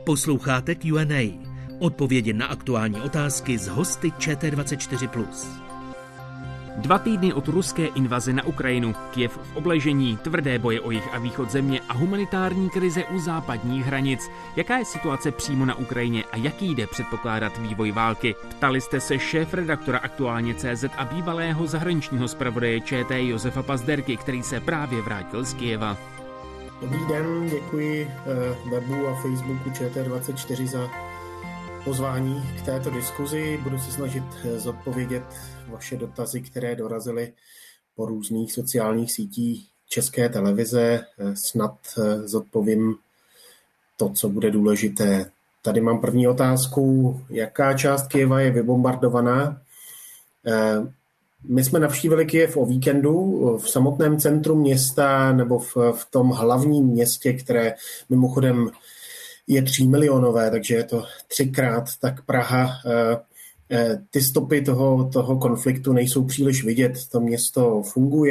Posloucháte Q&A. Odpovědi na aktuální otázky z hosty ČT24+. 2 týdny od ruské invaze na Ukrajinu, Kyjev v obležení, tvrdé boje o jih a východ země a humanitární krize u západních hranic. Jaká je situace přímo na Ukrajině a jaký jde předpokládat vývoj války? Ptali jste se šéfredaktora Aktuálně.cz a bývalého zahraničního zpravodaje ČT Josefa Pazderky, který se právě vrátil z Kyjeva. Dobrý den, děkuji webu a Facebooku ČT24 za pozvání k této diskuzi. Budu se snažit zodpovědět vaše dotazy, které dorazily po různých sociálních sítích České televize. Snad zodpovím to, co bude důležité. Tady mám první otázku. Jaká část Kyjeva je vybombardovaná? My jsme navštívili Kyjev o víkendu v samotném centru města nebo v tom hlavním městě, které mimochodem je 3 milionové, takže je to 3krát tak Praha. Ty stopy toho konfliktu nejsou příliš vidět. To město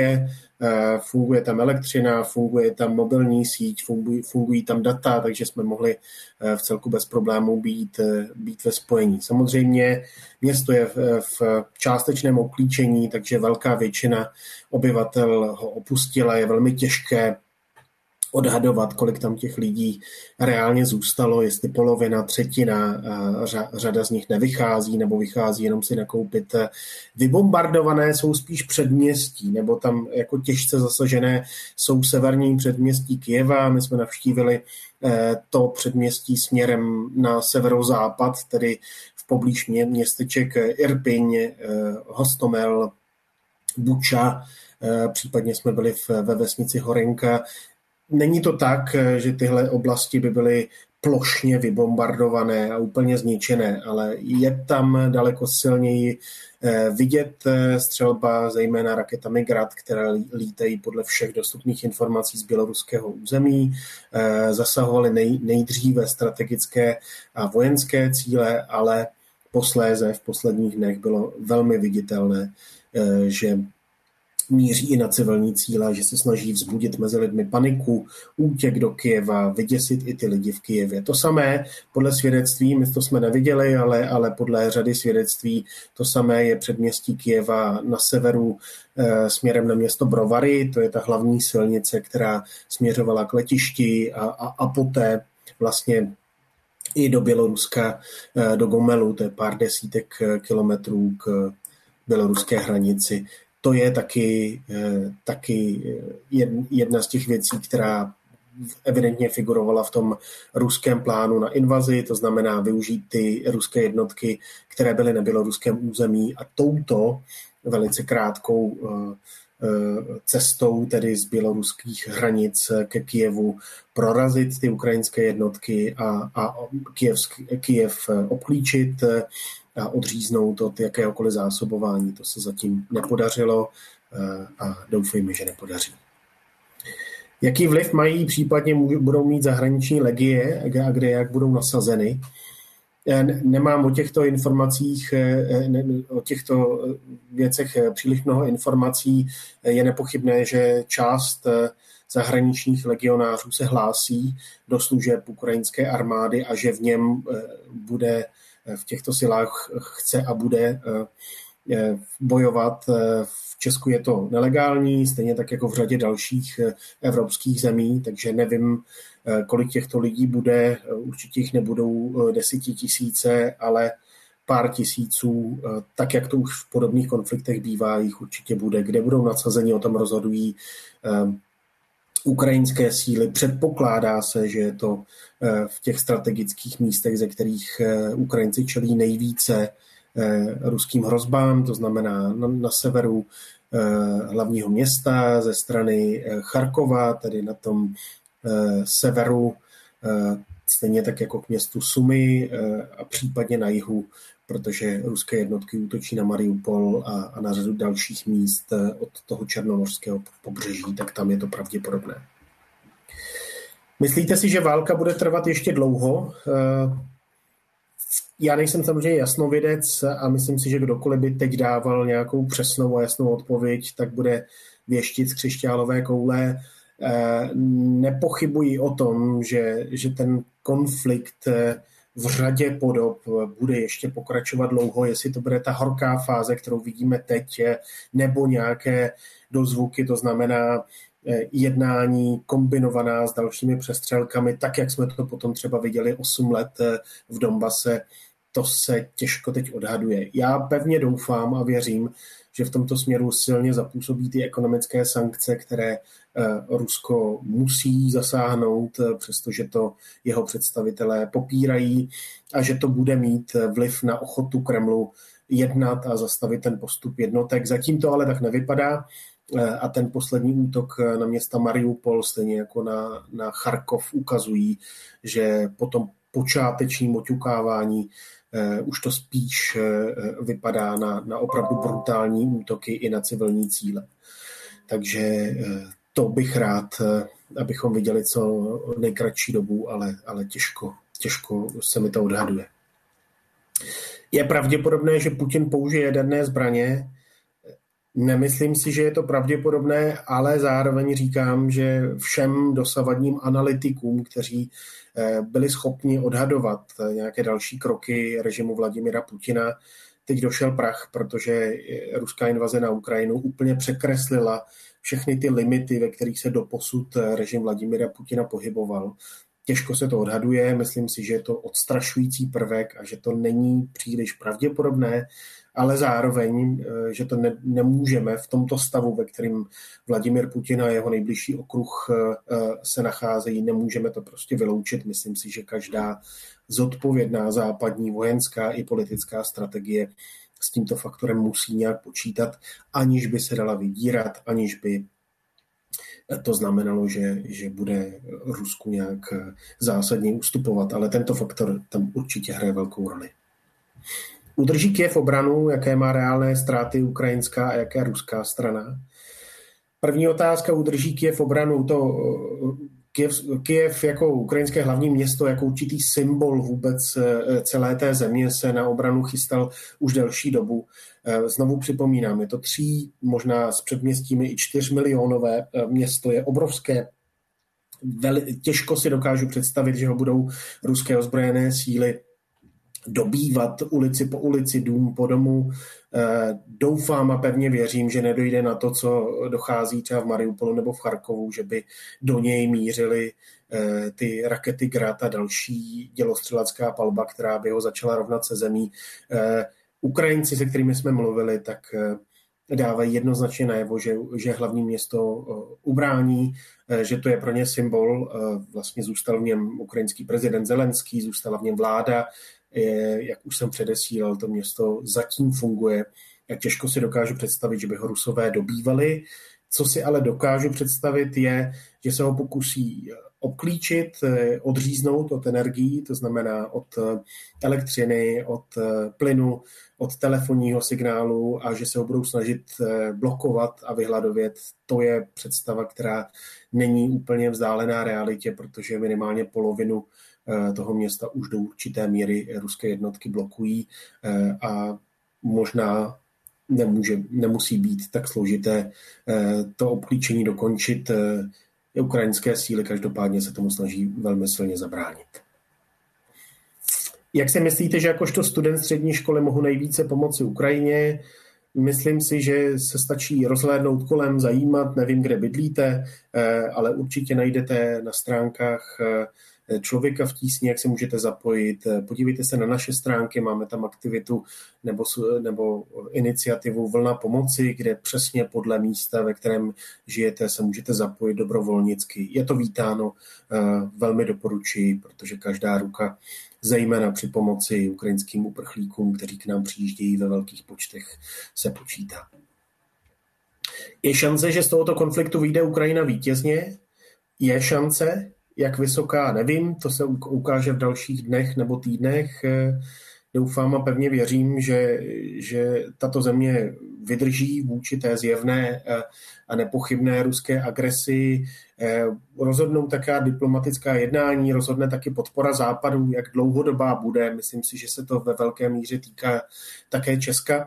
funguje tam elektřina, funguje tam mobilní síť, fungují tam data, takže jsme mohli v celku bez problémů být ve spojení. Samozřejmě město je v částečném obklíčení, takže velká většina obyvatel ho opustila. Je velmi těžké odhadovat, kolik tam těch lidí reálně zůstalo, jestli polovina, třetina, řada z nich nevychází nebo vychází jenom si nakoupit. Vybombardované jsou spíš předměstí, nebo tam jako těžce zasažené jsou severní předměstí Kyjeva. My jsme navštívili to předměstí směrem na severozápad, tedy v poblíž městeček Irpiň, Hostomel, Buča, případně jsme byli ve vesnici Horenka. Není to tak, že tyhle oblasti by byly plošně vybombardované a úplně zničené, ale je tam daleko silněji vidět střelba, zejména raketami Grad, které lítají podle všech dostupných informací z běloruského území. Zasahovaly nejdříve strategické a vojenské cíle, ale posléze v posledních dnech bylo velmi viditelné, že míří i na civilní cíle, že se snaží vzbudit mezi lidmi paniku, útěk do Kyjeva, vyděsit i ty lidi v Kyjevě. To samé podle svědectví, my to jsme neviděli, ale podle řady svědectví, to samé je předměstí Kyjeva na severu směrem na město Brovary, to je ta hlavní silnice, která směřovala k letišti a poté vlastně i do Běloruska, do Gomelu, to je pár desítek kilometrů k běloruské hranici. To je taky jedna z těch věcí, která evidentně figurovala v tom ruském plánu na invazi, to znamená využít ty ruské jednotky, které byly na běloruském území a touto velice krátkou cestou, tedy z běloruských hranic ke Kyjevu, prorazit ty ukrajinské jednotky a Kyjev obklíčit a odříznout od jakéhokoliv zásobování. To se zatím nepodařilo a doufejme, že nepodaří. Jaký vliv mají, případně budou mít zahraniční legie a kde jak budou nasazeny? Nemám o těchto informacích, o těchto věcech příliš mnoho informací. Je nepochybné, že část zahraničních legionářů se hlásí do služeb ukrajinské armády a že v něm bude v těchto silách chce a bude bojovat. V Česku je to nelegální, stejně tak jako v řadě dalších evropských zemí, takže nevím, kolik těchto lidí bude. Určitě jich nebudou 10 000, ale pár tisíců, tak jak to už v podobných konfliktech bývá, jich určitě bude. Kde budou nadsazeni, o tom rozhodují ukrajinské síly. Předpokládá se, že je to v těch strategických místech, ze kterých Ukrajinci čelí nejvíce ruským hrozbám, to znamená na severu hlavního města, ze strany Charkova, tedy na tom severu, stejně tak jako k městu Sumy a případně na jihu, protože ruské jednotky útočí na Mariupol a na řadu dalších míst od toho černomořského pobřeží, tak tam je to pravděpodobné. Myslíte si, že válka bude trvat ještě dlouho? Já nejsem samozřejmě jasnovědec a myslím si, že kdokoliv by teď dával nějakou přesnou a jasnou odpověď, tak bude věštit z křišťálové koule. nepochybuji o tom, že ten konflikt v řadě podob bude ještě pokračovat dlouho, jestli to bude ta horká fáze, kterou vidíme teď, nebo nějaké dozvuky, to znamená jednání kombinovaná s dalšími přestřelkami, tak jak jsme to potom třeba viděli 8 let v Donbase, to se těžko teď odhaduje. Já pevně doufám a věřím, že v tomto směru silně zapůsobí ty ekonomické sankce, které Rusko musí zasáhnout, přestože to jeho představitelé popírají, a že to bude mít vliv na ochotu Kremlu jednat a zastavit ten postup jednotek. Zatím to ale tak nevypadá a ten poslední útok na města Mariupol, stejně jako na Charkov, ukazují, že po tom počátečním oťukávání už to spíš vypadá na opravdu brutální útoky i na civilní cíle. Takže to bych rád, abychom viděli co nejkratší dobu, ale těžko se mi to odhaduje. Je pravděpodobné, že Putin použije jaderné zbraně. Nemyslím si, že je to pravděpodobné, ale zároveň říkám, že všem dosavadním analytikům, kteří byli schopni odhadovat nějaké další kroky režimu Vladimira Putina, teď došel prach, protože ruská invaze na Ukrajinu úplně překreslila všechny ty limity, ve kterých se doposud režim Vladimira Putina pohyboval. Těžko se to odhaduje, myslím si, že je to odstrašující prvek a že to není příliš pravděpodobné, ale zároveň, že to nemůžeme v tomto stavu, ve kterém Vladimir Putin a jeho nejbližší okruh se nacházejí, nemůžeme to prostě vyloučit. Myslím si, že každá zodpovědná západní vojenská i politická strategie s tímto faktorem musí nějak počítat, aniž by se dala vydírat, aniž by to znamenalo, že bude Rusku nějak zásadně ustupovat, ale tento faktor tam určitě hraje velkou roli. Udrží Kyjev obranu, jaké má reálné ztráty ukrajinská a jaké ruská strana? První otázka, udrží Kyjev obranu, Kyjev jako ukrajinské hlavní město, jako určitý symbol vůbec celé té země se na obranu chystal už delší dobu. Znovu připomínám, je to 3, možná s předměstími i 4 milionové město, je obrovské. Těžko si dokážu představit, že ho budou ruské ozbrojené síly dobývat ulici po ulici, dům po domu. Doufám a pevně věřím, že nedojde na to, co dochází třeba v Mariupolu nebo v Charkovu, že by do něj mířily ty rakety Grad a další dělostřelecká palba, která by ho začala rovnat se zemí. Ukrajinci, se kterými jsme mluvili, tak dávají jednoznačně najevo, že hlavní město ubrání, že to je pro ně symbol. Vlastně zůstal v něm ukrajinský prezident Zelenský, zůstala v něm vláda. Jak už jsem předesílal, to město zatím funguje. Jak těžko si dokážu představit, že by ho Rusové dobývali. Co si ale dokážu představit je, že se ho pokusí obklíčit, odříznout od energií, to znamená od elektřiny, od plynu, od telefonního signálu a že se ho budou snažit blokovat a vyhladovět. To je představa, která není úplně vzdálená realitě, protože minimálně polovinu toho města už do určité míry ruské jednotky blokují a možná nemusí být tak složité to obklíčení dokončit. Ukrajinské síly každopádně se tomu snaží velmi silně zabránit. Jak si myslíte, že jakožto student střední školy mohu nejvíce pomoci Ukrajině? Myslím si, že se stačí rozhlédnout kolem, zajímat, nevím, kde bydlíte, ale určitě najdete na stránkách Člověka v tísni, jak se můžete zapojit. Podívejte se na naše stránky, máme tam aktivitu nebo iniciativu Vlna pomoci, kde přesně podle místa, ve kterém žijete, se můžete zapojit dobrovolnicky. Je to vítáno, velmi doporučuji, protože každá ruka, zejména při pomoci ukrajinským uprchlíkům, kteří k nám přijíždějí ve velkých počtech, se počítá. Je šance, že z tohoto konfliktu vyjde Ukrajina vítězně? Je šance? Jak vysoká, nevím, to se ukáže v dalších dnech nebo týdnech. Doufám a pevně věřím, že tato země vydrží vůči té zjevné a nepochybné ruské agresi. Rozhodnou taká diplomatická jednání, rozhodne taky podpora Západu, jak dlouhodobá bude. Myslím si, že se to ve velké míře týká také Česka.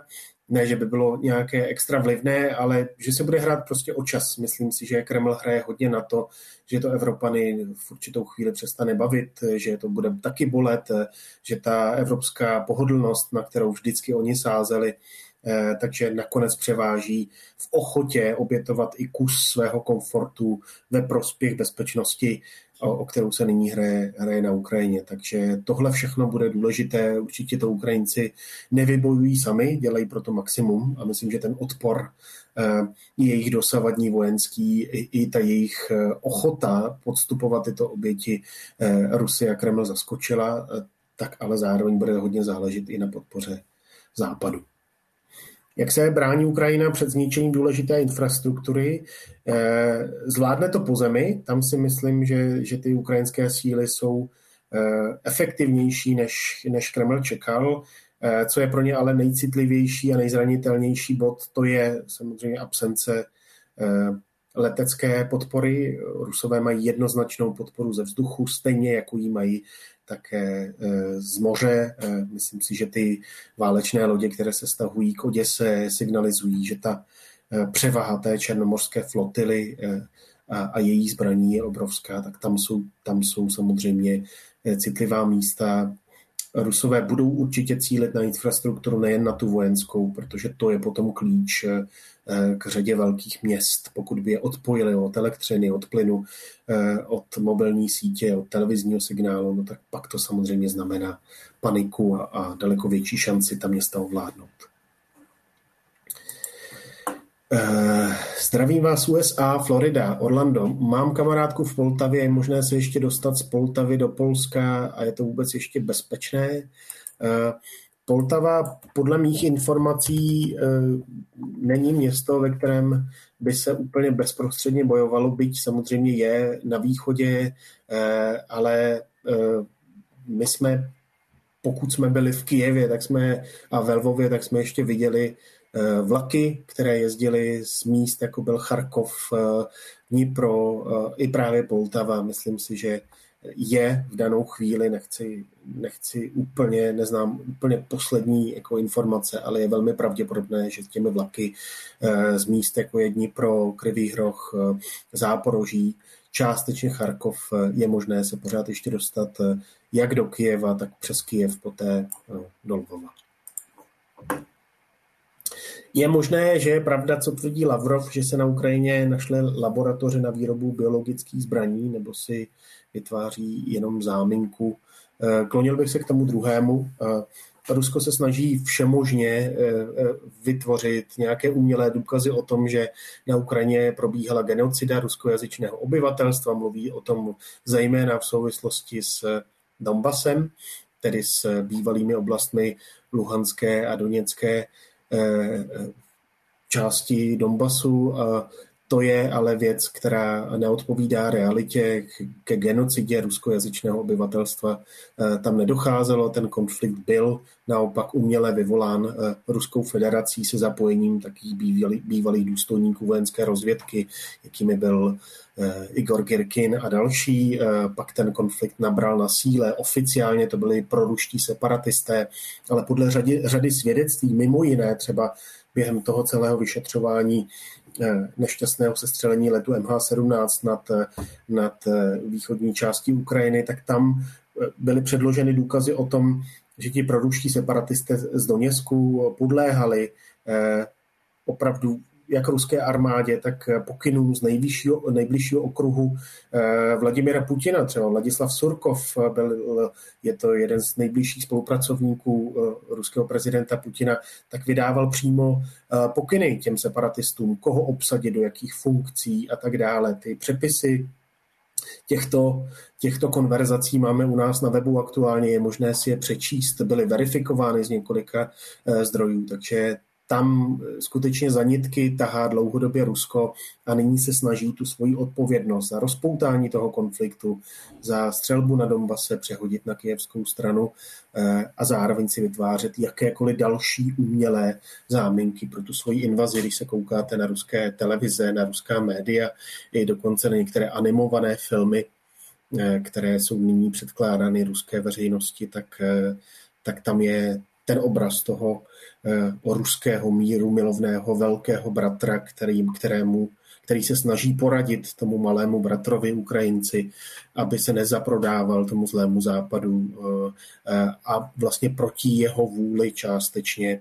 Ne, že by bylo nějaké extra vlivné, ale že se bude hrát prostě o čas. Myslím si, že Kreml hraje hodně na to, že to Evropany v určitou chvíli přestane bavit, že to bude taky bolet, že ta evropská pohodlnost, na kterou vždycky oni sázeli, takže nakonec převáží v ochotě obětovat i kus svého komfortu ve prospěch bezpečnosti, o kterou se nyní hraje na Ukrajině. Takže tohle všechno bude důležité. Určitě to Ukrajinci nevybojují sami, dělají proto maximum a myslím, že ten odpor jejich dosavadní vojenský i ta jejich ochota podstupovat tyto oběti Rusy a Kreml zaskočila, tak ale zároveň bude hodně záležet i na podpoře Západu. Jak se brání Ukrajina před zničením důležité infrastruktury? Zvládne to po zemi, tam si myslím, že ty ukrajinské síly jsou efektivnější, než Kreml čekal. Co je pro ně ale nejcitlivější a nejzranitelnější bod, to je samozřejmě absence letecké podpory. Rusové mají jednoznačnou podporu ze vzduchu, stejně jako ji mají také z moře. Myslím si, že ty válečné lodě, které se stahují k Oděse, signalizují, že ta převaha té černomorské flotily a její zbraní je obrovská, tak tam jsou samozřejmě citlivá místa. Rusové budou určitě cílit na infrastrukturu, nejen na tu vojenskou, protože to je potom klíč k řadě velkých měst. Pokud by je odpojili od elektřiny, od plynu, od mobilní sítě, od televizního signálu, no tak pak to samozřejmě znamená paniku a daleko větší šanci ta města ovládnout. Zdravím vás USA, Florida, Orlando. Mám kamarádku v Poltavě, je možné se ještě dostat z Poltavy do Polska a je to vůbec ještě bezpečné? Poltava podle mých informací není město, ve kterém by se úplně bezprostředně bojovalo, byť samozřejmě je na východě, ale my jsme, pokud jsme byli v Kyjevě a ve Lvově, tak jsme ještě viděli vlaky, které jezdily z míst, jako byl Charkov, Dnipro i právě Poltava. Myslím si, že je v danou chvíli, nechci úplně, neznám úplně poslední jako informace, ale je velmi pravděpodobné, že těmi vlaky z míst, jako je Dnipro, Kryvý Roh, Záporoží, částečně Charkov, je možné se pořád ještě dostat jak do Kyjeva, tak přes Kyjev, poté do Lvova. Je možné, že je pravda, co tvrdí Lavrov, že se na Ukrajině našly laboratoře na výrobu biologických zbraní, nebo si vytváří jenom záminku. Klonil bych se k tomu druhému. Rusko se snaží všemožně vytvořit nějaké umělé důkazy o tom, že na Ukrajině probíhala genocida ruskojazyčného obyvatelstva. Mluví o tom zejména v souvislosti s Donbasem, tedy s bývalými oblastmi Luhanské a Doněcké části Donbasu. To je ale věc, která neodpovídá realitě. Ke genocidě ruskojazyčného obyvatelstva tam nedocházelo. Ten konflikt byl naopak uměle vyvolán Ruskou federací se zapojením takých bývalých důstojníků vojenské rozvědky, jakými byl Igor Girkin a další. Pak ten konflikt nabral na síle. Oficiálně to byli proruští separatisté, ale podle řady svědectví, mimo jiné třeba během toho celého vyšetřování nešťastného sestřelení letu MH17 nad východní částí Ukrajiny, tak tam byly předloženy důkazy o tom, že ti proruští separatisté z Doněcku podléhali opravdu jak ruské armádě, tak pokynům z nejbližšího okruhu Vladimira Putina. Třeba Vladislav Surkov je to jeden z nejbližších spolupracovníků ruského prezidenta Putina, tak vydával přímo pokyny těm separatistům, koho obsadit, do jakých funkcí a tak dále. Ty přepisy těchto konverzací máme u nás na webu aktuálně, je možné si je přečíst, byly verifikovány z několika zdrojů, takže tam skutečně za nitky tahá dlouhodobě Rusko a nyní se snaží tu svoji odpovědnost za rozpoutání toho konfliktu, za střelbu na Donbase přehodit na kyjevskou stranu a zároveň si vytvářet jakékoliv další umělé záminky pro tu svoji invazi. Když se koukáte na ruské televize, na ruská média, i dokonce na některé animované filmy, které jsou nyní předkládány ruské veřejnosti, tak tam je ten obraz toho ruského míru milovného velkého bratra, který se snaží poradit tomu malému bratrovi Ukrajinci, aby se nezaprodával tomu zlému západu a vlastně proti jeho vůli částečně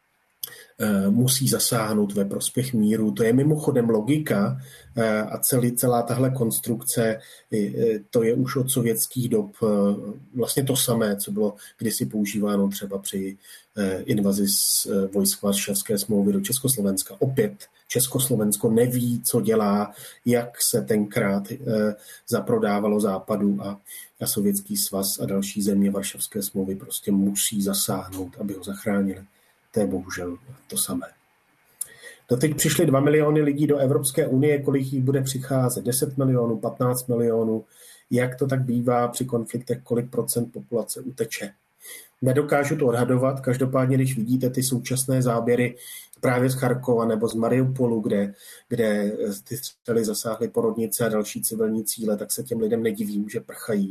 musí zasáhnout ve prospěch míru. To je mimochodem logika a celá tahle konstrukce, to je už od sovětských dob vlastně to samé, co bylo kdysi používáno třeba při invazi z vojsk Varšavské smlouvy do Československa. Opět Československo neví, co dělá, jak se tenkrát zaprodávalo západu a Sovětský svaz a další země Varšavské smlouvy prostě musí zasáhnout, aby ho zachránili. To je bohužel to samé. Doteď přišly 2 miliony lidí do Evropské unie, kolik jich bude přicházet? 10 milionů, 15 milionů. Jak to tak bývá při konfliktech, kolik procent populace uteče? Nedokážu to odhadovat, každopádně, když vidíte ty současné záběry právě z Charkova nebo z Mariupolu, kde ty střely zasáhly porodnice a další civilní cíle, tak se těm lidem nedivím, že prchají.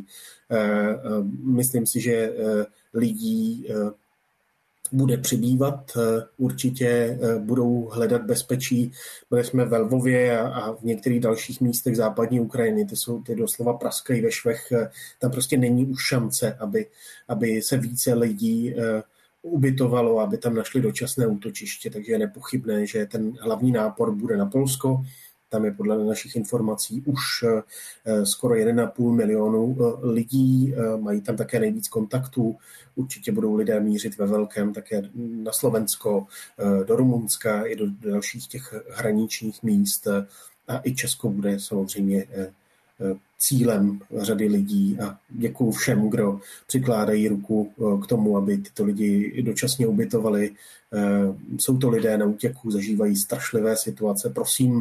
Myslím si, že lidí bude přibývat, určitě budou hledat bezpečí. Byli jsme ve Lvově a v některých dalších místech západní Ukrajiny, ty doslova praskají ve švech, tam prostě není už šance, aby se více lidí ubytovalo, aby tam našli dočasné útočiště, takže je nepochybné, že ten hlavní nápor bude na Polsko. Tam je podle našich informací už skoro 1,5 milionu lidí, mají tam také nejvíc kontaktů, určitě budou lidé mířit ve velkém také na Slovensko, do Rumunska i do dalších těch hraničních míst a i Česko bude samozřejmě cílem řady lidí a děkuju všem, kdo přikládají ruku k tomu, aby tyto lidi dočasně ubytovali. Jsou to lidé na útěku, zažívají strašlivé situace. Prosím,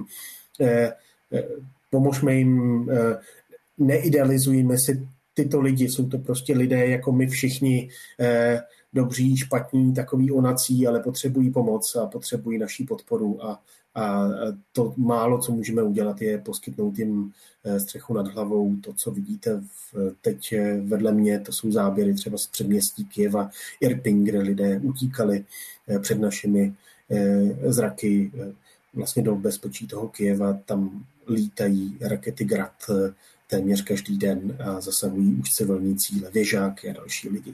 pomožme jim, neidealizujme si tyto lidi, jsou to prostě lidé jako my všichni, dobří, špatní, takový onací, ale potřebují pomoc a potřebují naší podporu a to málo, co můžeme udělat, je poskytnout jim střechu nad hlavou. To, co vidíte teď vedle mě, to jsou záběry třeba z předměstí Kyjeva, Irpin, kde lidé utíkali před našimi zraky vlastně do bezpečí toho Kyjeva, tam lítají rakety Grad téměř každý den a zasahují už civilní cíle, věžáky a další lidi.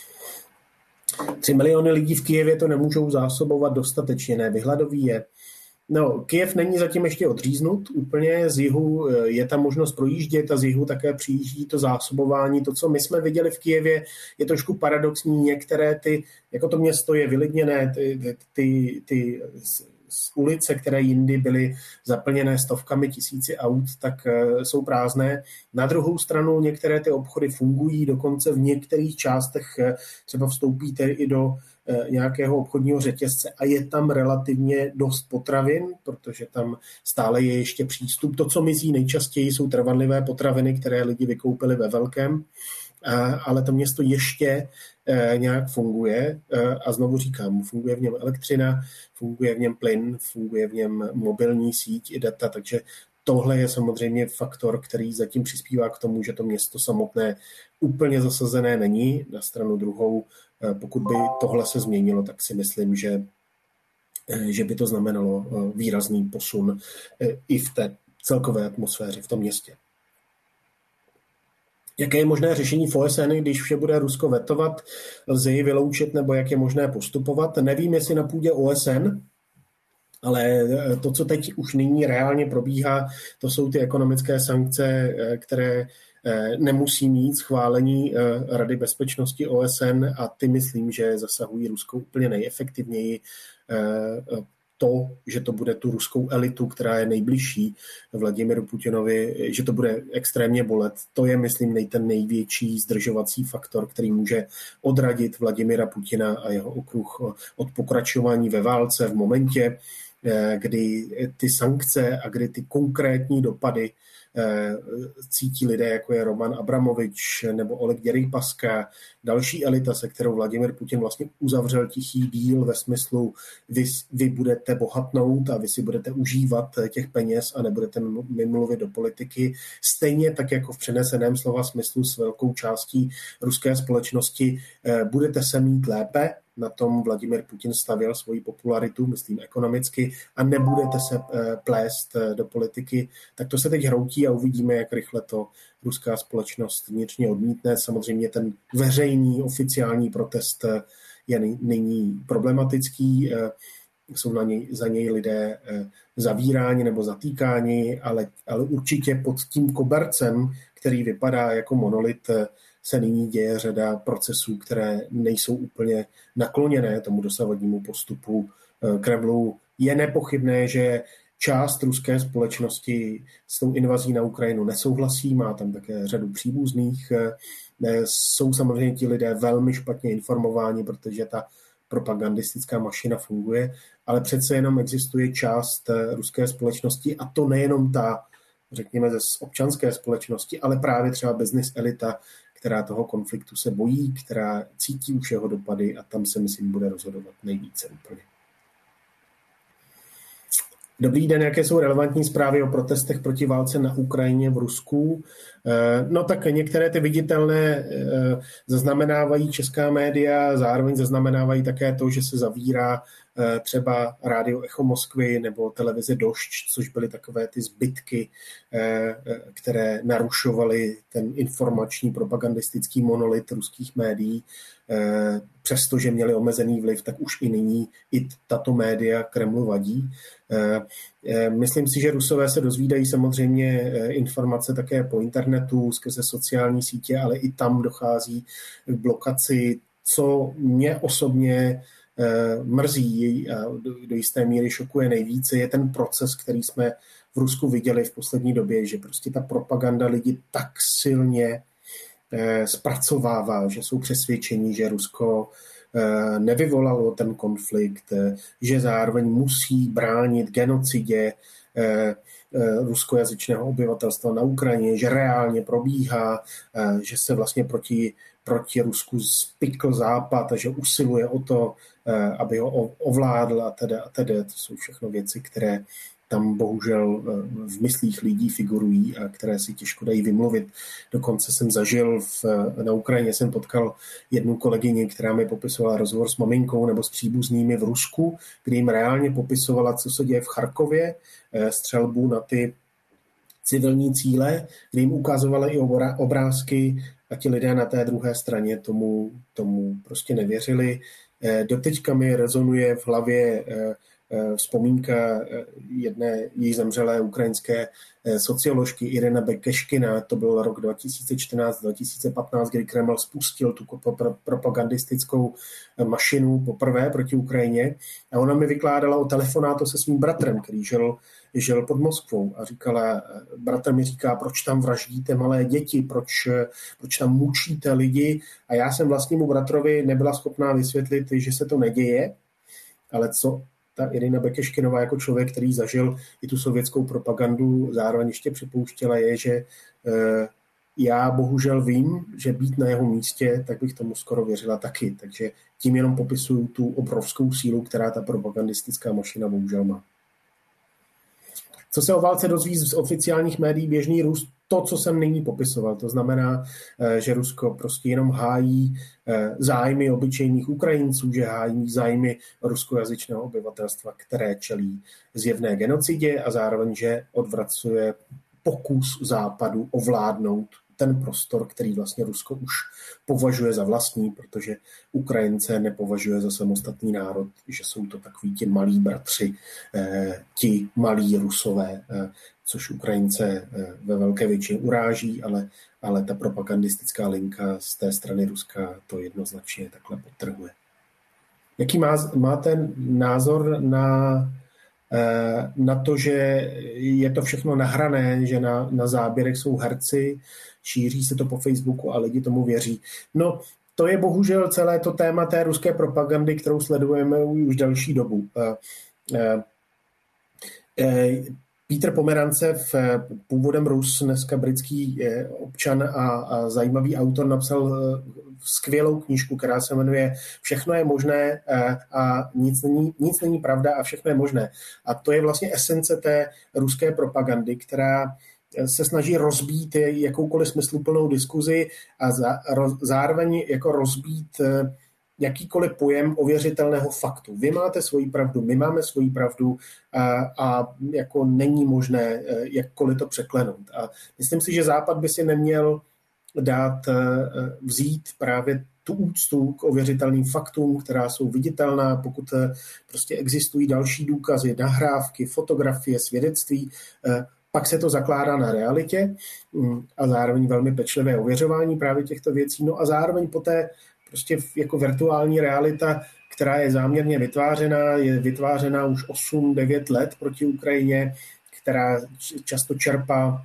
3 miliony lidí v Kyjevě to nemůžou zásobovat dostatečně, ne, vyhladoví je. No, Kyjev není zatím ještě odříznut úplně, z jihu je tam možnost projíždět a z jihu také přijíždí to zásobování. To, co my jsme viděli v Kyjevě, je trošku paradoxní. Některé jako to město je vylidněné, ty ulice, které jindy byly zaplněné stovkami tisíci aut, tak jsou prázdné. Na druhou stranu některé ty obchody fungují, dokonce v některých částech třeba vstoupíte i do nějakého obchodního řetězce a je tam relativně dost potravin, protože tam stále je ještě přístup. To, co mizí nejčastěji, jsou trvanlivé potraviny, které lidi vykoupili ve velkém, ale to město ještě nějak funguje a znovu říkám, funguje v něm elektřina, funguje v něm plyn, funguje v něm mobilní síť i data, takže tohle je samozřejmě faktor, který zatím přispívá k tomu, že to město samotné úplně zasazené není. Na stranu druhou, pokud by tohle se změnilo, tak si myslím, že by to znamenalo výrazný posun i v té celkové atmosféře v tom městě. Jaké je možné řešení v OSN, když vše bude Rusko vetovat? Lze ji vyloučit, nebo jak je možné postupovat? Nevím, jestli na půdě OSN, ale to, co teď už nyní reálně probíhá, to jsou ty ekonomické sankce, které nemusí mít schválení Rady bezpečnosti OSN a ty myslím, že zasahují Rusko úplně nejefektivněji. To, že to bude tu ruskou elitu, která je nejbližší Vladimiru Putinovi, že to bude extrémně bolet, to je, myslím, ten největší zdržovací faktor, který může odradit Vladimira Putina a jeho okruh od pokračování ve válce v momentě, kdy ty sankce a kdy ty konkrétní dopady cítí lidé, jako je Roman Abramovič nebo Oleg Děrypaska, další elita, se kterou Vladimir Putin vlastně uzavřel tichý díl ve smyslu vy budete bohatnout a vy si budete užívat těch peněz a nebudete mluvit do politiky. Stejně tak jako v přeneseném slova smyslu s velkou částí ruské společnosti budete se mít lépe, na tom Vladimir Putin stavěl svoji popularitu, myslím ekonomicky, a nebudete se plést do politiky, tak to se teď hroutí a uvidíme, jak rychle to ruská společnost vnitřně odmítne. Samozřejmě ten veřejný oficiální protest je nyní problematický, jsou za něj lidé zavíráni nebo zatýkáni, ale určitě pod tím kobercem, který vypadá jako monolit, se nyní děje řada procesů, které nejsou úplně nakloněné tomu dosavadnímu postupu Kremlu. Je nepochybné, že část ruské společnosti s tou invazí na Ukrajinu nesouhlasí, má tam také řadu příbuzných. Jsou samozřejmě ti lidé velmi špatně informováni, protože ta propagandistická mašina funguje, ale přece jenom existuje část ruské společnosti, a to nejenom ta, řekněme, ze občanské společnosti, ale právě třeba business elita, která toho konfliktu se bojí, která cítí už jeho dopady, a tam se, myslím, bude rozhodovat nejvíce úplně. Dobrý den, jaké jsou relevantní zprávy o protestech proti válce na Ukrajině v Rusku? No tak některé ty viditelné zaznamenávají česká média, zároveň zaznamenávají také to, že se zavírá třeba rádio Echo Moskvy nebo televize Došť, což byly takové ty zbytky, které narušovaly ten informační propagandistický monolit ruských médií. Přestože měli omezený vliv, tak už i nyní i tato média Kremlu vadí. Myslím si, že Rusové se dozvídají samozřejmě informace také po internetu, skrze sociální sítě, ale i tam dochází k blokaci, co mě osobně mrzí a do jisté míry šokuje nejvíce, je ten proces, který jsme v Rusku viděli v poslední době, že prostě ta propaganda lidi tak silně zpracovává, že jsou přesvědčeni, že Rusko nevyvolalo ten konflikt, že zároveň musí bránit genocidě ruskojazyčného obyvatelstva na Ukrajině, že reálně probíhá, že se vlastně proti Rusku spikl Západ a že usiluje o to, aby ho ovládl a teda. To jsou všechno věci, které tam bohužel v myslích lidí figurují a které si těžko dají vymluvit. Dokonce jsem zažil na Ukrajině, jsem potkal jednu kolegyni, která mi popisovala rozhovor s maminkou nebo s příbuznými v Rusku, kdy jim reálně popisovala, co se děje v Charkově, střelbu na ty civilní cíle, kdy jim ukazovala i obrázky a ti lidé na té druhé straně tomu prostě nevěřili. Doteďka mi rezonuje v hlavě vzpomínka jedné jí zemřelé ukrajinské socioložky Irina Bekeškina, to byl rok 2014-2015, kdy Kreml spustil tu propagandistickou mašinu poprvé proti Ukrajině a ona mi vykládala o telefonátu se svým bratrem, který žil pod Moskvou a říkala, bratr mi říká, proč tam vraždíte malé děti, proč tam mučíte lidi, a já jsem vlastnímu bratrovi nebyla schopná vysvětlit, že se to neděje, ale co ta Irina Bekeškinová jako člověk, který zažil i tu sovětskou propagandu, zároveň ještě připouštěla, je, že já bohužel vím, že být na jeho místě, tak bych tomu skoro věřila taky. Takže tím jenom popisuju tu obrovskou sílu, která ta propagandistická mašina bohužel má. Co se o válce dozví z oficiálních médií běžný Rus, to, co jsem nyní popisoval. To znamená, že Rusko prostě jenom hájí zájmy obyčejných Ukrajinců, že hájí zájmy ruskojazyčného obyvatelstva, které čelí zjevné genocidě, a zároveň, že odvracuje pokus Západu ovládnout ten prostor, který vlastně Rusko už považuje za vlastní, protože Ukrajince nepovažuje za samostatný národ, že jsou to takoví ti malí bratři, ti malí Rusové, což Ukrajince ve velké většině uráží, ale ta propagandistická linka z té strany Ruska to jednoznačně takhle podtrhuje. Jaký máte názor na to, že je to všechno nahrané, že na záběrech jsou herci, šíří se to po Facebooku a lidi tomu věří? No, to je bohužel celé to téma té ruské propagandy, kterou sledujeme už delší dobu. Petr Pomerancev, původem Rus, dneska britský občan a zajímavý autor, napsal skvělou knížku, která se jmenuje Všechno je možné a nic není pravda a všechno je možné. A to je vlastně esence té ruské propagandy, která se snaží rozbít jakoukoliv smysluplnou diskuzi a zároveň jako rozbít jakýkoliv pojem ověřitelného faktu. Vy máte svoji pravdu, my máme svoji pravdu a jako není možné jakkoliv to překlenout. A myslím si, že Západ by si neměl vzít právě tu úctu k ověřitelným faktům, která jsou viditelná, pokud prostě existují další důkazy, nahrávky, fotografie, svědectví, pak se to zakládá na realitě a zároveň velmi pečlivé ověřování právě těchto věcí. No a zároveň poté prostě jako virtuální realita, která je záměrně je vytvářená už 8-9 let proti Ukrajině, která často čerpá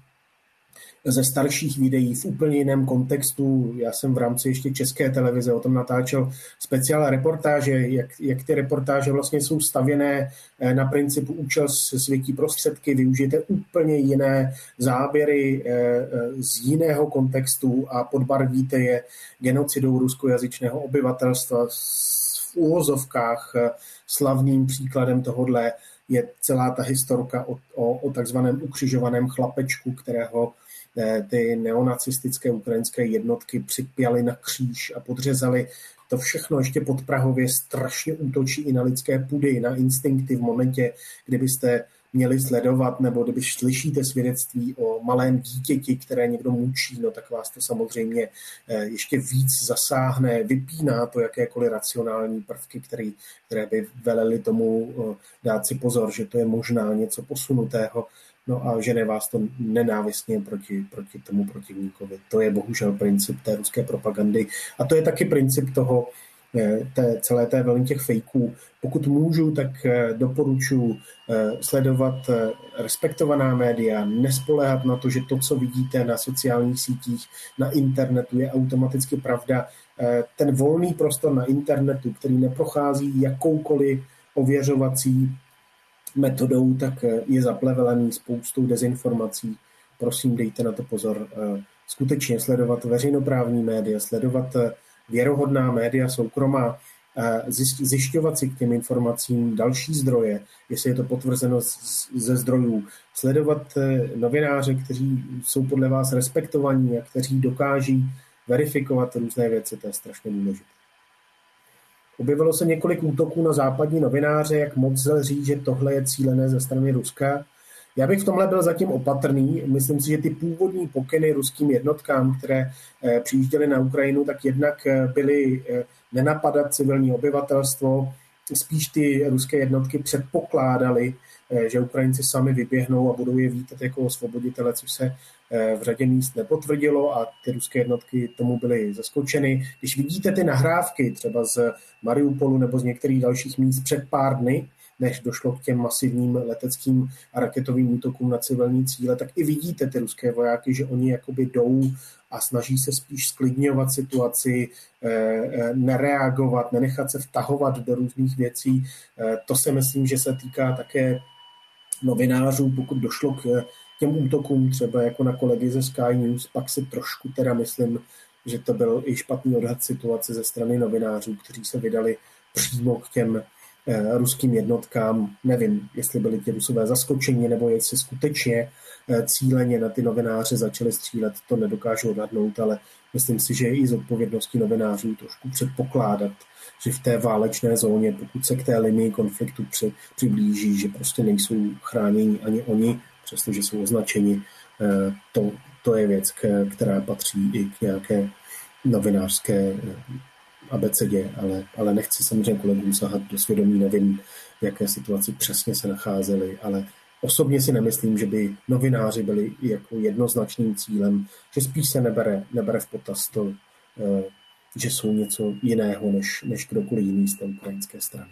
ze starších videí v úplně jiném kontextu. Já jsem v rámci ještě České televize o tom natáčel speciální reportáže, jak ty reportáže vlastně jsou stavěné na principu účel světí prostředky, využijete úplně jiné záběry z jiného kontextu a podbarvíte je genocidou ruskojazyčného obyvatelstva. V úvozovkách slavným příkladem tohodle je celá ta historka o takzvaném ukřižovaném chlapečku, kterého ty neonacistické ukrajinské jednotky připěly na kříž a podřezali. To všechno ještě podprahově strašně útočí i na lidské pudy, na instinkty v momentě, kdybyste měli sledovat, nebo když slyšíte svědectví o malém dítěti, které někdo mučí, no tak vás to samozřejmě ještě víc zasáhne, vypíná to jakékoliv racionální prvky, které by velely tomu dát si pozor, že to je možná něco posunutého. No a žene vás to nenávistně proti tomu protivníkovi. To je bohužel princip té ruské propagandy. A to je taky princip toho, celé té vlny těch fejků. Pokud můžu, tak doporučuji sledovat respektovaná média, nespoléhat na to, že to, co vidíte na sociálních sítích, na internetu, je automaticky pravda. Ten volný prostor na internetu, který neprochází jakoukoliv ověřovací metodou, tak je zaplevelený spoustou dezinformací. Prosím, dejte na to pozor. Skutečně sledovat veřejnoprávní média, sledovat věrohodná média soukromá, zjišťovat si k těm informacím další zdroje, jestli je to potvrzeno ze zdrojů, sledovat novináře, kteří jsou podle vás respektovaní a kteří dokáží verifikovat různé věci, to je strašně důležité. Objevilo se několik útoků na západní novináře, jak moc lze říct, že tohle je cílené ze strany Ruska. Já bych v tomhle byl zatím opatrný. Myslím si, že ty původní pokyny ruským jednotkám, které přijížděly na Ukrajinu, tak jednak byly nenapadat civilní obyvatelstvo. Spíš ty ruské jednotky předpokládaly, že Ukrajinci sami vyběhnou a budou je vítat jako osvoboditele, což se v řadě míst nepotvrdilo a ty ruské jednotky tomu byly zaskočeny. Když vidíte ty nahrávky třeba z Mariupolu nebo z některých dalších míst před pár dny, než došlo k těm masivním leteckým a raketovým útokům na civilní cíle, tak i vidíte ty ruské vojáky, že oni jakoby jdou a snaží se spíš sklidňovat situaci, nereagovat, nenechat se vtahovat do různých věcí. To si myslím, že se týká také novinářů, pokud došlo k těm útokům, třeba jako na kolegy ze Sky News, pak si trošku teda myslím, že to byl i špatný odhad situace ze strany novinářů, kteří se vydali přímo k těm ruským jednotkám. Nevím, jestli byli ti Rusové zaskočeni, nebo jestli skutečně cíleně na ty novináře začali střílet, to nedokážu odhadnout, ale myslím si, že je i z odpovědnosti novinářů trošku předpokládat, že v té válečné zóně, pokud se k té linii konfliktu přiblíží, že prostě nejsou chráněni ani oni, přestože jsou označeni. To je věc, která patří i k nějaké novinářské abecedě, ale nechci samozřejmě kolegům sahat do svědomí, nevím, v jaké situaci přesně se nacházeli, ale osobně si nemyslím, že by novináři byli jako jednoznačným cílem, že spíš se nebere v potaz to, že jsou něco jiného než kdokoliv jiný z té ukrajinské strany.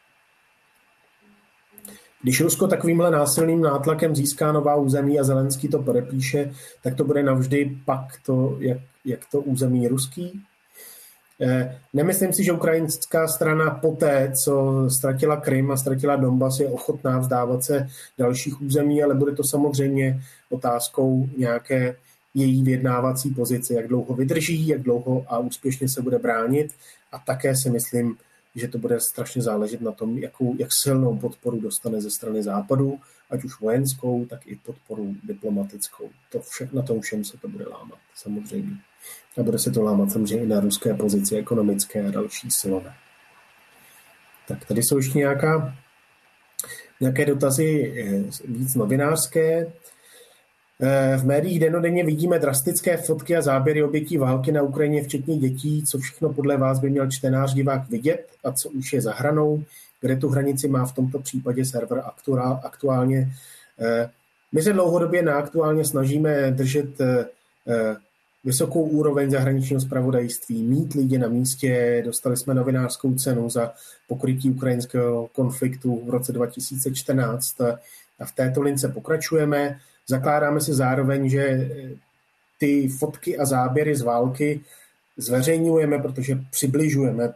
Když Rusko takovýmhle násilným nátlakem získá nová území a Zelenský to podepíše, tak to bude navždy pak to, jak to území ruský. Nemyslím si, že ukrajinská strana poté, co ztratila Krym a ztratila Donbas, je ochotná vzdávat se dalších území, ale bude to samozřejmě otázkou nějaké její vyjednávací pozice, jak dlouho vydrží, jak dlouho a úspěšně se bude bránit. A také si myslím, že to bude strašně záležet na tom, jak silnou podporu dostane ze strany Západu, ať už vojenskou, tak i podporu diplomatickou. Na tom všem se to bude lámat, samozřejmě. A bude se to lámat samozřejmě i na ruské pozici ekonomické a další silové. Tak tady jsou ještě nějaké dotazy víc novinářské. V médiích dennodenně vidíme drastické fotky a záběry obětí války na Ukrajině, včetně dětí. Co všechno podle vás by měl čtenář, divák vidět a co už je za hranou? Kde tu hranici má v tomto případě server aktuálně? My se dlouhodobě aktuálně snažíme držet vysokou úroveň zahraničního zpravodajství, mít lidi na místě. Dostali jsme novinářskou cenu za pokrytí ukrajinského konfliktu v roce 2014 a v této lince pokračujeme. Zakládáme si zároveň, že ty fotky a záběry z války zveřejňujeme, protože přibližujeme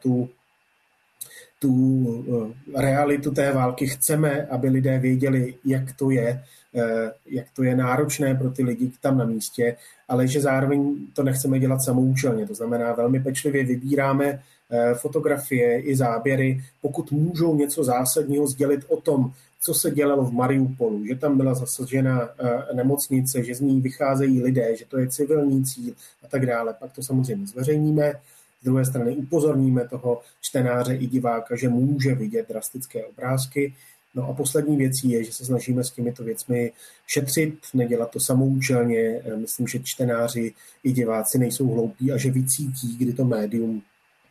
tu realitu té války. Chceme, aby lidé věděli, jak to je náročné pro ty lidi tam na místě, ale že zároveň to nechceme dělat samoučelně. To znamená, velmi pečlivě vybíráme fotografie i záběry, pokud můžou něco zásadního sdělit o tom, co se dělalo v Mariupolu, že tam byla zasažena nemocnice, že z ní vycházejí lidé, že to je civilní cíl a tak dále. Pak to samozřejmě zveřejníme. Z druhé strany upozorníme toho čtenáře i diváka, že může vidět drastické obrázky. No a poslední věcí je, že se snažíme s těmito věcmi šetřit, nedělat to samoučelně. Myslím, že čtenáři i diváci nejsou hloupí a že vycítí, kdy to médium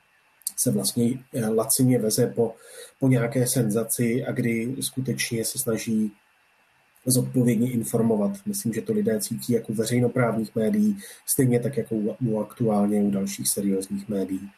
se vlastně lacině veze po nějaké senzaci a kdy skutečně se snaží zodpovědně informovat. Myslím, že to lidé cítí jako veřejnoprávních médií, stejně tak jako aktuálně u dalších seriózních médií.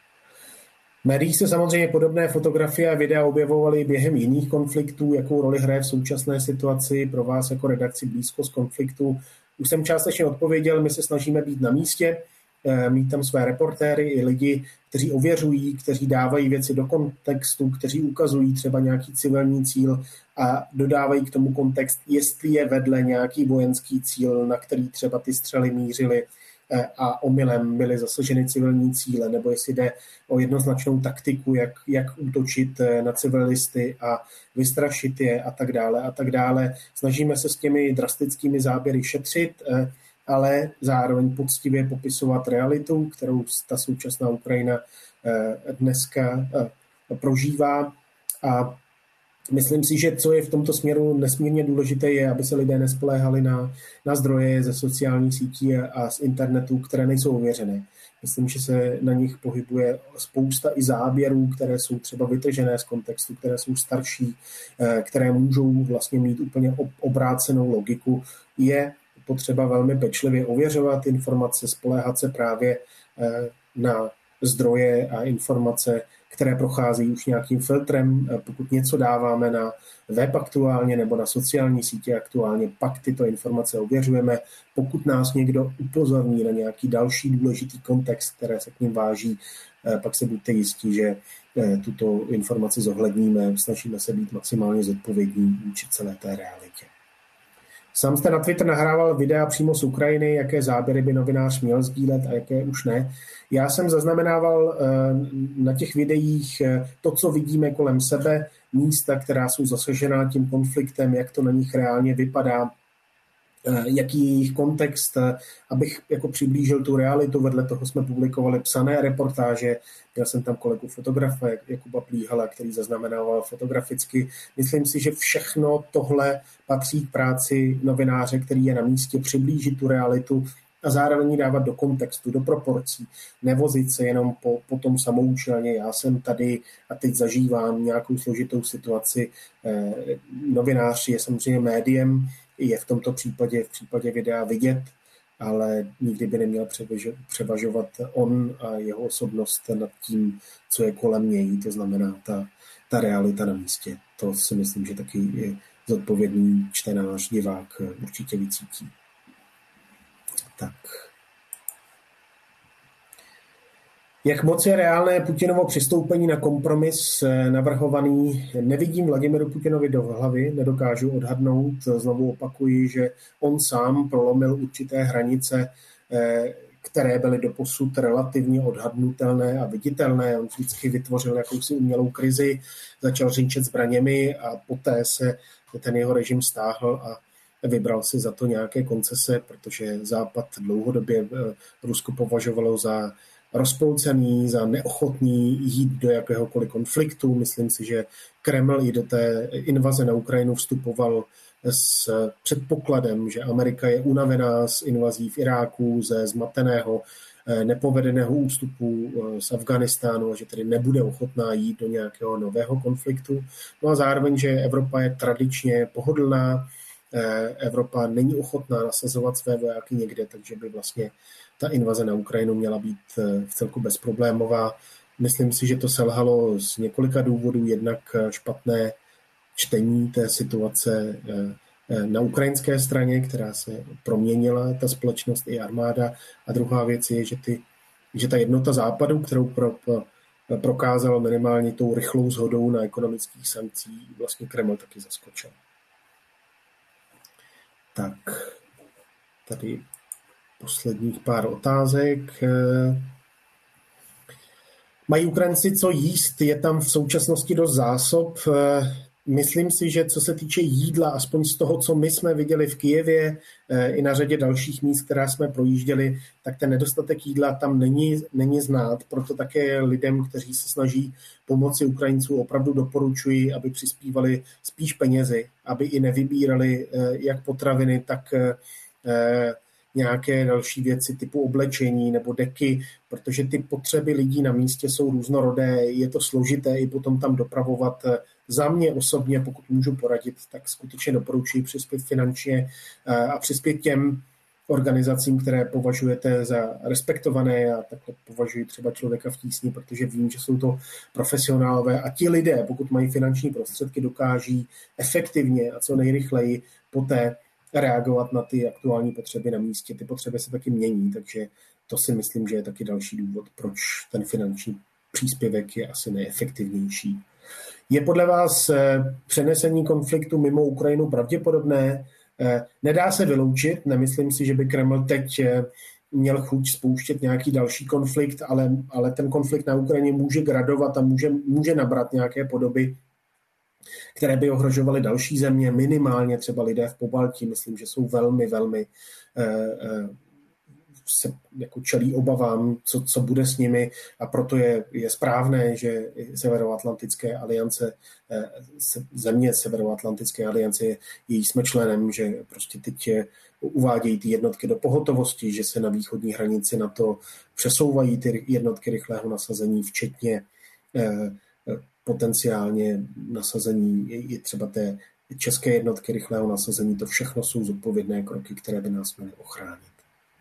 V médiích se samozřejmě podobné fotografie a videa objevovaly během jiných konfliktů. Jakou roli hraje v současné situaci pro vás jako redakci blízkost konfliktu? Už jsem částečně odpověděl, my se snažíme být na místě, mít tam své reportéry i lidi, kteří ověřují, kteří dávají věci do kontextu, kteří ukazují třeba nějaký civilní cíl a dodávají k tomu kontext, jestli je vedle nějaký vojenský cíl, na který třeba ty střely mířily a omylem byly zasaženy civilní cíle, nebo jestli jde o jednoznačnou taktiku, jak útočit na civilisty a vystrašit je a tak dále a tak dále. Snažíme se s těmi drastickými záběry šetřit, ale zároveň poctivě popisovat realitu, kterou ta současná Ukrajina dneska prožívá. A myslím si, že co je v tomto směru nesmírně důležité, je, aby se lidé nespoléhali na zdroje ze sociálních sítí a z internetu, které nejsou ověřené. Myslím, že se na nich pohybuje spousta i záběrů, které jsou třeba vytržené z kontextu, které jsou starší, které můžou vlastně mít úplně obrácenou logiku. Je potřeba velmi pečlivě ověřovat informace, spoléhat se právě na zdroje a informace, které prochází už nějakým filtrem. Pokud něco dáváme na web aktuálně nebo na sociální sítě aktuálně, pak tyto informace ověřujeme. Pokud nás někdo upozorní na nějaký další důležitý kontext, které se k ním váží, pak se buďte jistí, že tuto informaci zohledníme, snažíme se být maximálně zodpovědní vůči celé té realitě. Sám jste na Twitter nahrával videa přímo z Ukrajiny, jaké záběry by novinář měl sdílet a jaké už ne. Já jsem zaznamenával na těch videích to, co vidíme kolem sebe, místa, která jsou zasažená tím konfliktem, jak to na nich reálně vypadá, jaký je jejich kontext, abych jako přiblížil tu realitu. Vedle toho jsme publikovali psané reportáže. Měl jsem tam kolegu fotografa Jakuba Plíhala, který zaznamenával fotograficky. Myslím si, že všechno tohle patří k práci novináře, který je na místě, přiblížit tu realitu a zároveň ji dávat do kontextu, do proporcí. Nevozit se jenom po tom samoučelně. Já jsem tady a teď zažívám nějakou složitou situaci. Novinář je samozřejmě médiem, je v tomto případě, v případě videa vidět, ale nikdy by neměl převažovat on a jeho osobnost nad tím, co je kolem něj, to znamená ta realita na místě. To si myslím, že taky je zodpovědný čtenář, divák určitě vycítí. Tak. Jak moc je reálné Putinovo přistoupení na kompromis navrhovaný? Nevidím Vladimiru Putinovi do hlavy, nedokážu odhadnout. Znovu opakuji, že on sám prolomil určité hranice, které byly doposud relativně odhadnutelné a viditelné. On vždycky vytvořil jakousi umělou krizi, začal řinčet zbraněmi a poté se ten jeho režim stáhl a vybral si za to nějaké koncese, protože Západ dlouhodobě Rusko považovalo za rozpolcený, za neochotný jít do jakéhokoliv konfliktu. Myslím si, že Kreml i do té invaze na Ukrajinu vstupoval s předpokladem, že Amerika je unavená z invazí v Iráku, ze zmateného, nepovedeného ústupu z Afghánistánu a že tedy nebude ochotná jít do nějakého nového konfliktu. No a zároveň, že Evropa je tradičně pohodlná, Evropa není ochotná nasazovat své vojáky někde, takže by vlastně ta invaze na Ukrajinu měla být v celku bezproblémová. Myslím si, že to selhalo z několika důvodů. Jednak špatné čtení té situace na ukrajinské straně, která se proměnila, ta společnost i armáda. A druhá věc je, že ta jednota Západu, kterou prokázal minimálně tou rychlou shodou na ekonomických sankcích, vlastně Kreml taky zaskočil. Tak, tady posledních pár otázek. Mají Ukrajinci co jíst? Je tam v současnosti dost zásob? Myslím si, že co se týče jídla, aspoň z toho, co my jsme viděli v Kyjevě i na řadě dalších míst, která jsme projížděli, tak ten nedostatek jídla tam není znát. Proto také lidem, kteří se snaží pomoci Ukrajincům, opravdu doporučuji, aby přispívali spíš penězi, aby i nevybírali jak potraviny, tak nějaké další věci typu oblečení nebo deky, protože ty potřeby lidí na místě jsou různorodé, je to složité i potom tam dopravovat. Za mě osobně, pokud můžu poradit, tak skutečně doporučuji přispět finančně a přispět těm organizacím, které považujete za respektované. Já takhle považuji třeba Člověka v tísni, protože vím, že jsou to profesionálové a ti lidé, pokud mají finanční prostředky, dokáží efektivně a co nejrychleji poté reagovat na ty aktuální potřeby na místě. Ty potřeby se taky mění, takže to si myslím, že je taky další důvod, proč ten finanční příspěvek je asi nejefektivnější. Je podle vás přenesení konfliktu mimo Ukrajinu pravděpodobné? Nedá se vyloučit, nemyslím si, že by Kreml teď měl chuť spouštět nějaký další konflikt, ale ten konflikt na Ukrajině může gradovat a může nabrat nějaké podoby, které by ohrožovaly další země, minimálně třeba lidé v Pobaltí. Myslím, že jsou velmi, velmi se jako čelí obavám, co bude s nimi a proto je správné, že Severoatlantické aliance, země Severoatlantické aliance, její jsme členem, že prostě teď uvádějí ty jednotky do pohotovosti, že se na východní hranici NATO přesouvají ty jednotky rychlého nasazení, včetně potenciálně nasazení i třeba té české jednotky rychlého nasazení. To všechno jsou zodpovědné kroky, které by nás měly ochránit.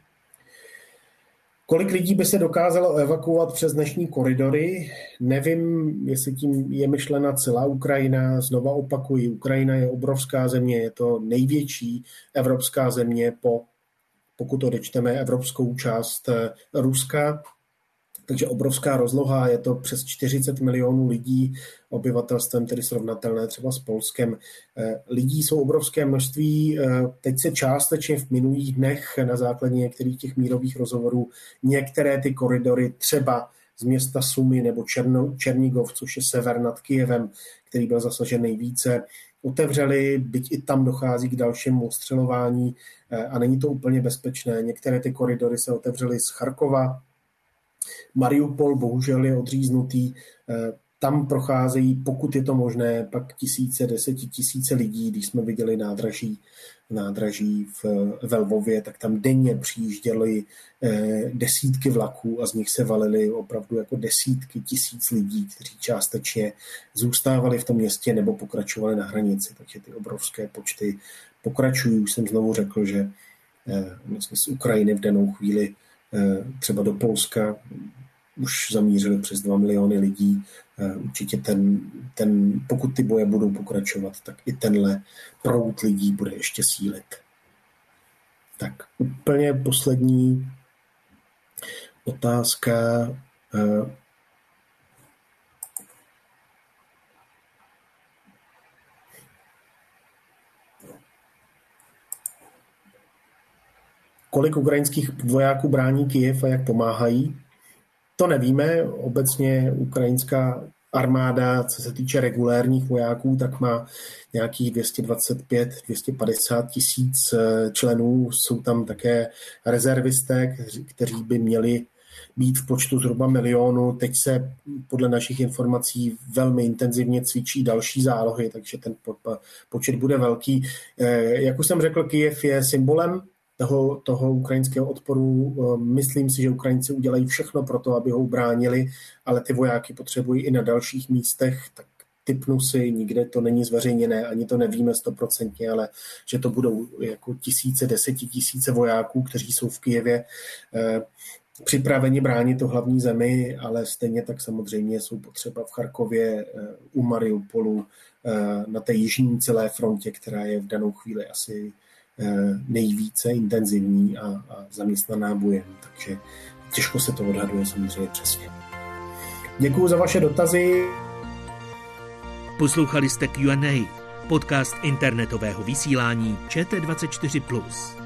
Kolik lidí by se dokázalo evakuovat přes dnešní koridory? Nevím, jestli tím je myšlena celá Ukrajina. Znova opakuji, Ukrajina je obrovská země, je to největší evropská země, pokud odečteme evropskou část Ruska. Takže obrovská rozloha, je to přes 40 milionů lidí, obyvatelstvem tedy srovnatelné třeba s Polskem. Lidí jsou obrovské množství, teď se částečně v minulých dnech na základě některých těch mírových rozhovorů některé ty koridory třeba z města Sumy nebo Černigov, což je sever nad Kyjevem, který byl zasažen nejvíce, otevřeli, byť i tam dochází k dalšímu ostřelování a není to úplně bezpečné. Některé ty koridory se otevřely z Charkova, Mariupol bohužel je odříznutý, tam procházejí, pokud je to možné, pak desetitisíce lidí. Když jsme viděli nádraží ve Lvově, tak tam denně přijížděly desítky vlaků a z nich se valily opravdu jako desítky tisíc lidí, kteří částečně zůstávali v tom městě nebo pokračovali na hranici. Takže ty obrovské počty pokračují. Už jsem znovu řekl, že vlastně z Ukrajiny v danou chvíli třeba do Polska už zamířili přes 2 miliony lidí. Určitě pokud ty boje budou pokračovat, tak i tenhle proud lidí bude ještě sílit. Tak úplně poslední otázka. Kolik ukrajinských vojáků brání Kyjev a jak pomáhají? To nevíme. Obecně ukrajinská armáda, co se týče regulérních vojáků, tak má nějakých 225-250 tisíc členů. Jsou tam také rezervisté, kteří by měli být v počtu zhruba 1 milionu. Teď se podle našich informací velmi intenzivně cvičí další zálohy, takže ten počet bude velký. Jak už jsem řekl, Kyjev je symbolem toho ukrajinského odporu. Myslím si, že Ukrajinci udělají všechno pro to, aby ho ubránili, ale ty vojáky potřebují i na dalších místech, tak tipnu si, nikde to není zveřejněné, ani to nevíme 100%, ale že to budou jako desetitisíce vojáků, kteří jsou v Kyjevě připraveni bránit to hlavní zemi, ale stejně tak samozřejmě jsou potřeba v Charkově, u Mariupolu, na té jižní celé frontě, která je v danou chvíli asi nejvíce intenzivní a zaměstnaná bojem, takže těžko se to odhaduje samozřejmě přesně. Děkuji za vaše dotazy. Poslouchali jste Q&A, podcast internetového vysílání ČT24+.